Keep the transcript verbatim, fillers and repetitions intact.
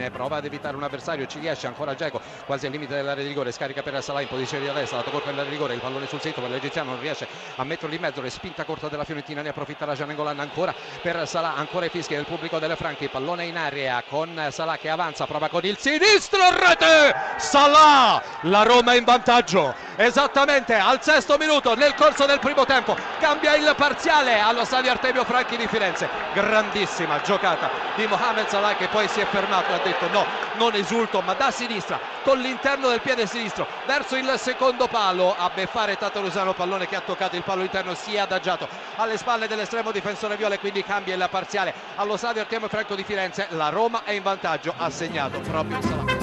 bene, prova ad evitare un avversario, ci riesce ancora Dzeko, quasi al limite dell'area di rigore, scarica per Salah in posizione di destra, lato corto nell'area di rigore, il pallone sul sinistro per l'egiziano, non riesce a metterlo in mezzo, respinta corta della Fiorentina, ne approfitta la Gianengolan ancora per Salah, ancora i fischi del pubblico delle Franchi, pallone in area con Salah che avanza, prova con il sinistro, rete! Salah! La Roma è in vantaggio, esattamente al sesto minuto nel corso del primo tempo, cambia il parziale allo stadio Artemio Franchi di Firenze. Grandissima giocata di Mohamed Salah che poi si è fermato e ha detto no, non esulto, ma da sinistra con l'interno del piede sinistro verso il secondo palo a beffare Tatarusano, pallone che ha toccato il palo interno, si è adagiato alle spalle dell'estremo difensore viola e quindi cambia il parziale allo stadio Artemio Franco di Firenze. La Roma è in vantaggio, ha segnato proprio Salah.